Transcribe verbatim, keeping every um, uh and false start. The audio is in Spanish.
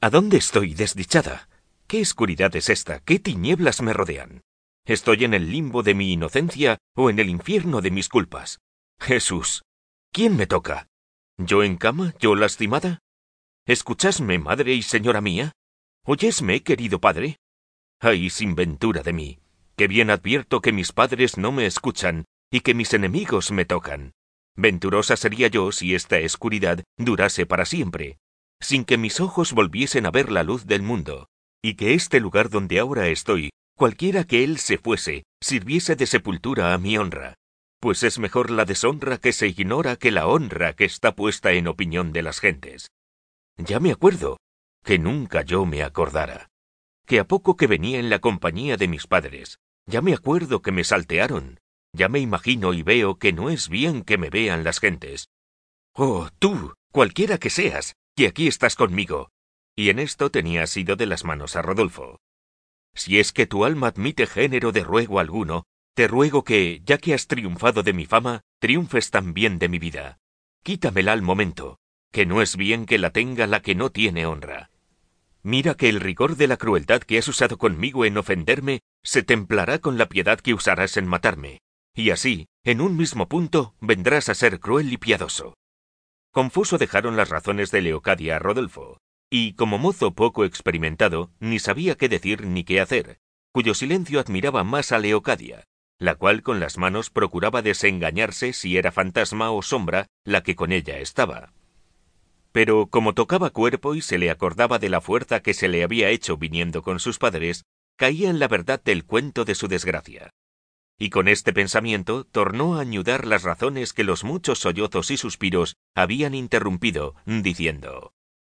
¿A dónde estoy, desdichada? ¿Qué oscuridad es esta? ¿Qué tinieblas me rodean? ¿Estoy en el limbo de mi inocencia o en el infierno de mis culpas? Jesús, ¿quién me toca? ¿Yo en cama? ¿Yo lastimada? Escuchadme, madre y señora mía. ¿Oyesme, querido padre? Ay, sin ventura de mí, que bien advierto que mis padres no me escuchan y que mis enemigos me tocan. Venturosa sería yo si esta oscuridad durase para siempre, sin que mis ojos volviesen a ver la luz del mundo, y que este lugar donde ahora estoy, cualquiera que él se fuese, sirviese de sepultura a mi honra, pues es mejor la deshonra que se ignora que la honra que está puesta en opinión de las gentes. Ya me acuerdo, que nunca yo me acordara, que a poco que venía en la compañía de mis padres, ya me acuerdo que me saltearon, ya me imagino y veo que no es bien que me vean las gentes. Oh, tú, cualquiera que seas, que aquí estás conmigo. Y en esto tenía asido de las manos a Rodolfo. Si es que tu alma admite género de ruego alguno, te ruego que, ya que has triunfado de mi fama, triunfes también de mi vida. Quítamela al momento, que no es bien que la tenga la que no tiene honra. Mira que el rigor de la crueldad que has usado conmigo en ofenderme se templará con la piedad que usarás en matarme, y así, en un mismo punto, vendrás a ser cruel y piadoso. Confuso dejaron las razones de Leocadia a Rodolfo, y, como mozo poco experimentado, ni sabía qué decir ni qué hacer, cuyo silencio admiraba más a Leocadia, la cual con las manos procuraba desengañarse si era fantasma o sombra la que con ella estaba. Pero como tocaba cuerpo y se le acordaba de la fuerza que se le había hecho viniendo con sus padres, caía en la verdad del cuento de su desgracia. Y con este pensamiento tornó a añudar las razones que los muchos sollozos y suspiros habían interrumpido, diciendo: